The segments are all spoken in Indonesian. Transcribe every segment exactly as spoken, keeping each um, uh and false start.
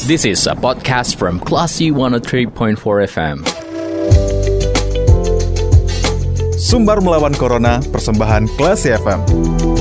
This is a podcast from Classy one oh three point four F M. Sumbar melawan Corona, persembahan Classy F M.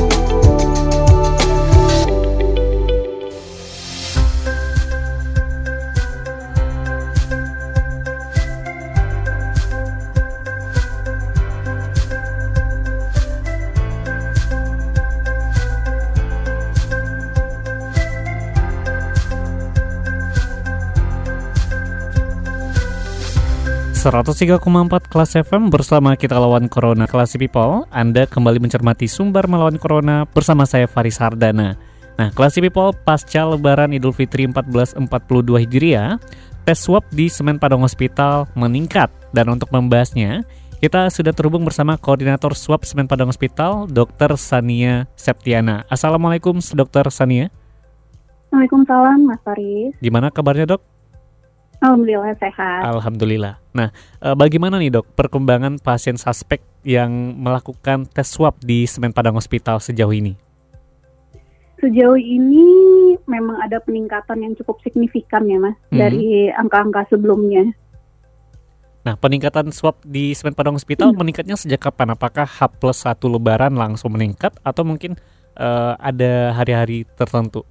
seratus tiga koma empat Kelas F M bersama kita lawan Corona. Classy People, Anda kembali mencermati Sumbar melawan Corona bersama saya Faris Hardana. Nah, Classy People, pasca Lebaran Idul Fitri seribu empat ratus empat puluh dua Hijriah, tes swab di Semen Padang Hospital meningkat. Dan untuk membahasnya, kita sudah terhubung bersama Koordinator Swab Semen Padang Hospital, Dokter Sania Septiana. Assalamualaikum, Dokter Sania. Waalaikumsalam, Mas Faris. Gimana kabarnya, Dok? Alhamdulillah sehat. Alhamdulillah. Nah, e, bagaimana nih dok perkembangan pasien suspek yang melakukan tes swab di Semen Padang Hospital sejauh ini? Sejauh ini memang ada peningkatan yang cukup signifikan ya mas, hmm. dari angka-angka sebelumnya. Nah, peningkatan swab di Semen Padang Hospital hmm. meningkatnya sejak kapan? Apakah H plus satu Lebaran langsung meningkat atau mungkin e, ada hari-hari tertentu?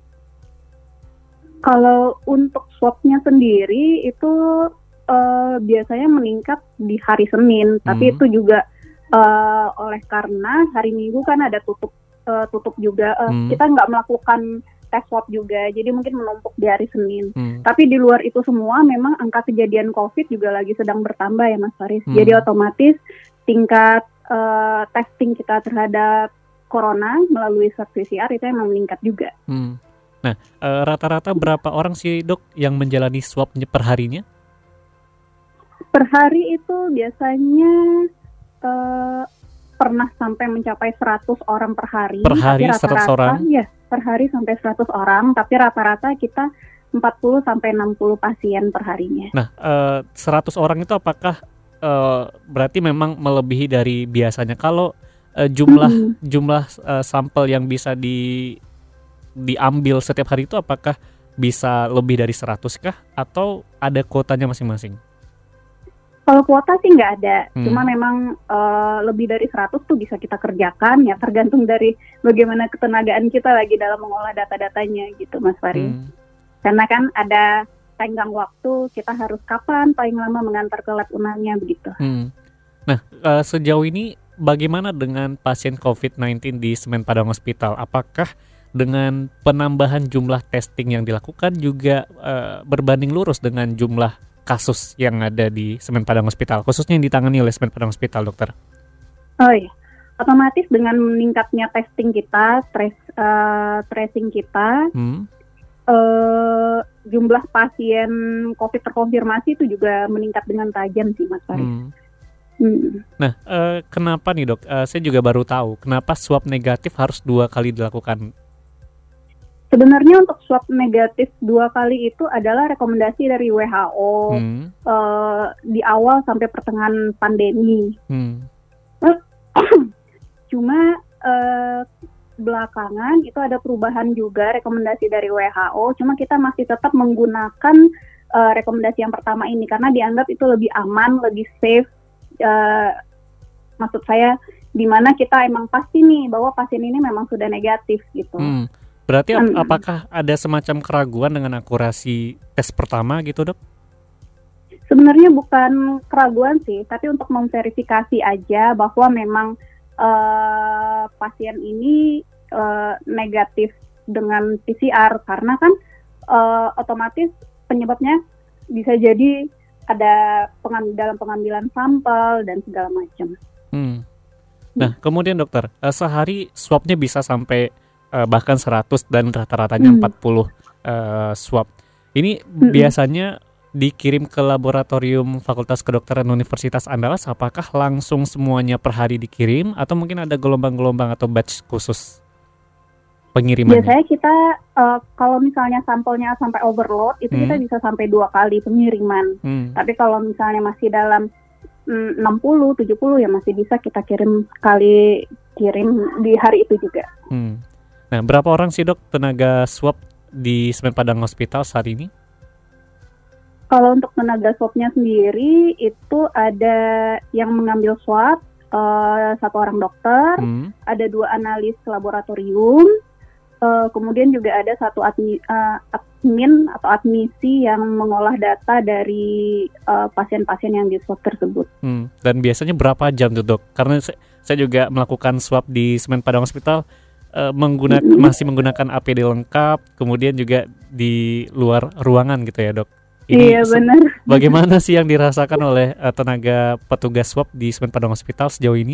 Kalau untuk swabnya sendiri itu uh, biasanya meningkat di hari Senin, tapi hmm. itu juga uh, oleh karena hari Minggu kan ada tutup uh, tutup juga, uh, hmm. kita nggak melakukan tes swab juga, jadi mungkin menumpuk di hari Senin. Hmm. Tapi di luar itu semua memang angka kejadian COVID juga lagi sedang bertambah ya Mas Faris. Hmm. Jadi otomatis tingkat uh, testing kita terhadap corona melalui swab P C R itu memang meningkat juga. Hmm. Nah, e, rata-rata berapa orang sih dok yang menjalani swabnya per harinya? Per hari itu biasanya e, pernah sampai mencapai seratus orang per hari. Per hari seratus orang? Ya, per hari sampai seratus orang, tapi rata-rata kita empat puluh sampai enam puluh pasien per harinya. Nah, e, seratus orang itu apakah e, berarti memang melebihi dari biasanya? Kalau e, jumlah hmm. jumlah e, sampel yang bisa di diambil setiap hari itu apakah bisa lebih dari seratus kah atau ada kuotanya masing-masing? Kalau kuota sih nggak ada, hmm. cuma memang uh, lebih dari seratus tuh bisa kita kerjakan ya, tergantung dari bagaimana ketenagaan kita lagi dalam mengolah data-datanya gitu Mas Faris. Hmm. Karena kan ada tenggang waktu, kita harus kapan paling lama mengantar ke lab unangnya begitu. Hmm. Nah, uh, sejauh ini bagaimana dengan pasien covid sembilan belas di Semen Padang Hospital? Apakah dengan penambahan jumlah testing yang dilakukan juga uh, berbanding lurus dengan jumlah kasus yang ada di Semen Padang Hospital, khususnya yang ditangani oleh Semen Padang Hospital, dokter? Oh iya, otomatis dengan meningkatnya testing kita, trace, uh, tracing kita, hmm. uh, jumlah pasien COVID terkonfirmasi itu juga meningkat dengan tajam sih, Mas Faris. Hmm. Hmm. Nah, uh, kenapa nih dok? Uh, saya juga baru tahu, kenapa swab negatif harus dua kali dilakukan? Sebenarnya untuk swab negatif dua kali itu adalah rekomendasi dari W H O hmm. uh, di awal sampai pertengahan pandemi. Hmm. Cuma uh, belakangan itu ada perubahan juga rekomendasi dari W H O. Cuma kita masih tetap menggunakan uh, rekomendasi yang pertama ini karena dianggap itu lebih aman, lebih safe. Uh, maksud saya, di mana kita emang pasti nih bahwa pasien ini memang sudah negatif gitu. Hmm. Berarti ap- apakah ada semacam keraguan dengan akurasi tes pertama gitu dok? Sebenarnya bukan keraguan sih, tapi untuk memverifikasi aja bahwa memang uh, pasien ini uh, negatif dengan P C R. Karena kan uh, otomatis penyebabnya bisa jadi ada pengam- dalam pengambilan sampel dan segala macam. Hmm. Nah kemudian dokter, uh, sehari swabnya bisa sampai Uh, bahkan seratus dan rata-ratanya hmm. empat puluh uh, swab. Ini hmm. biasanya dikirim ke laboratorium Fakultas Kedokteran Universitas Andalas. Apakah langsung semuanya per hari dikirim atau mungkin ada gelombang-gelombang atau batch khusus pengirimannya? Biasanya kita uh, kalau misalnya sampelnya sampai overload itu hmm. kita bisa sampai dua kali pengiriman. Hmm. Tapi kalau misalnya masih dalam mm, enam puluh, tujuh puluh ya masih bisa kita kirim kali kirim di hari itu juga. Hmm. Nah, berapa orang sih dok tenaga swab di Semen Padang Hospital saat ini? Kalau untuk tenaga swabnya sendiri itu ada yang mengambil swab uh, satu orang dokter, hmm. ada dua analis laboratorium, uh, kemudian juga ada satu admi, uh, admin atau admisi yang mengolah data dari uh, pasien-pasien yang di swab tersebut. Hmm. Dan biasanya berapa jam tuh dok? Karena saya, saya juga melakukan swab di Semen Padang Hospital. Uh, menggunakan mm-hmm. masih menggunakan A P D lengkap, kemudian juga di luar ruangan gitu ya dok. Ini iya benar. Bagaimana sih yang dirasakan oleh uh, tenaga petugas swab di Semen Padang Hospital sejauh ini?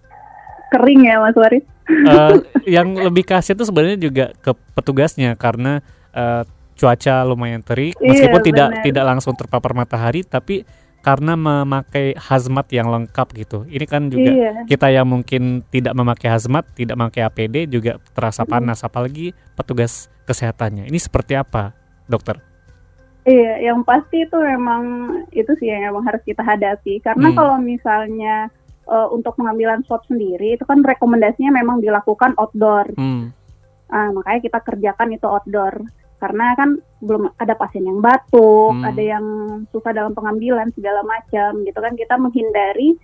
Kering ya Mas Waris. Uh, yang lebih kasihan itu sebenarnya juga ke petugasnya karena uh, cuaca lumayan terik, meskipun iya, tidak benar. tidak langsung terpapar matahari, tapi karena memakai hazmat yang lengkap gitu. Ini kan juga iya. kita yang mungkin tidak memakai hazmat, tidak memakai A P D juga terasa panas, hmm. apalagi petugas kesehatannya. Ini seperti apa, dokter? Iya, yang pasti itu memang itu sih yang memang harus kita hadapi. Karena hmm. kalau misalnya uh, untuk pengambilan swab sendiri, itu kan rekomendasinya memang dilakukan outdoor. Hmm. Nah, makanya kita kerjakan itu outdoor. Karena kan belum ada pasien yang batuk, hmm. ada yang susah dalam pengambilan segala macam, gitu kan kita menghindari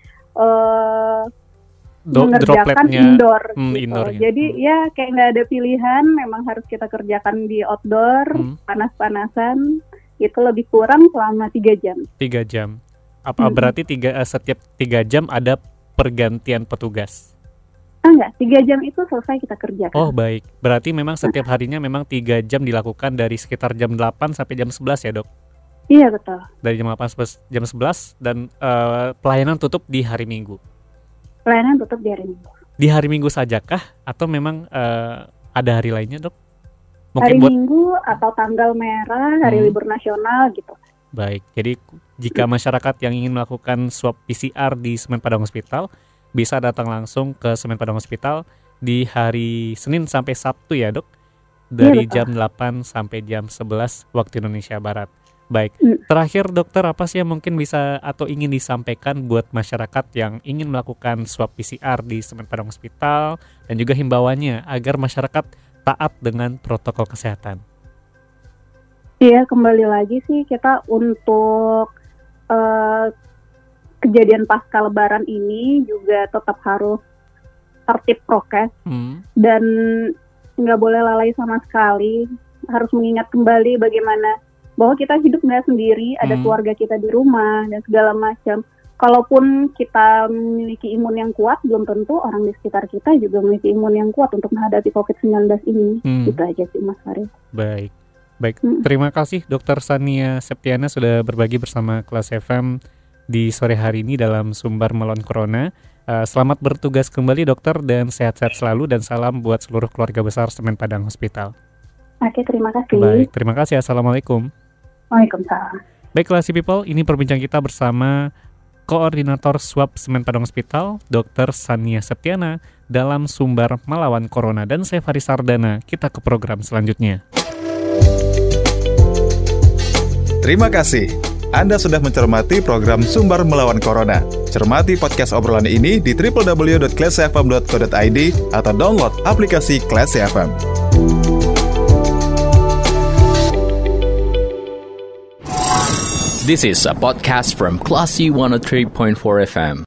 uh, Do- mengerjakan indoor. Hmm, gitu. indoor ya. Jadi hmm. ya kayak nggak ada pilihan, memang harus kita kerjakan di outdoor, hmm. panas-panasan, itu lebih kurang selama tiga jam. Tiga jam. Apa hmm. berarti tiga uh, setiap tiga jam ada pergantian petugas? Ah, enggak, tiga jam itu selesai kita kerjakan. Oh baik, berarti memang setiap harinya memang tiga jam dilakukan dari sekitar jam delapan sampai jam sebelas ya dok? Iya betul. Dari jam delapan sampai jam sebelas dan uh, pelayanan tutup di hari Minggu? Pelayanan tutup di hari Minggu. Di hari Minggu sajakah atau memang uh, ada hari lainnya dok? Mungkin hari buat... Minggu atau tanggal merah, hari hmm. libur nasional gitu. Baik, jadi jika masyarakat yang ingin melakukan swab P C R di Semen Padang Hospital bisa datang langsung ke Semen Padang Hospital di hari Senin sampai Sabtu ya dok, dari ya, jam delapan sampai jam sebelas waktu Indonesia Barat. Baik, mm. terakhir dokter apa sih yang mungkin bisa atau ingin disampaikan buat masyarakat yang ingin melakukan swab P C R di Semen Padang Hospital dan juga himbauannya agar masyarakat taat dengan protokol kesehatan? Iya, kembali lagi sih kita untuk uh, kejadian pasca Lebaran ini juga tetap harus tertib prokes hmm. dan nggak boleh lalai sama sekali. Harus mengingat kembali bagaimana bahwa kita hidup nggak sendiri, ada hmm. keluarga kita di rumah dan segala macam. Kalaupun kita memiliki imun yang kuat, belum tentu orang di sekitar kita juga memiliki imun yang kuat untuk menghadapi covid sembilan belas ini. Hmm. Gitu aja sih Mas Farid. Baik, baik. Hmm. Terima kasih Dokter Sania Septiana sudah berbagi bersama Kelas F M di sore hari ini dalam Sumber Melawan Corona. Uh, selamat bertugas kembali dokter dan sehat-sehat selalu dan salam buat seluruh keluarga besar Semen Padang Hospital. Oke, terima kasih. Baik, terima kasih. Assalamualaikum. Waalaikumsalam. Baik, Classy People, ini perbincangan kita bersama Koordinator Swab Semen Padang Hospital, Dokter Sania Septiana dalam Sumber Melawan Corona. Dan saya Faris Sardana, kita ke program selanjutnya. Terima kasih. Anda sudah mencermati program Sumber Melawan Corona. Cermati podcast obrolan ini di w w w dot classy f m dot co dot i d atau download aplikasi Classy F M. This is a podcast from Classy one oh three point four F M.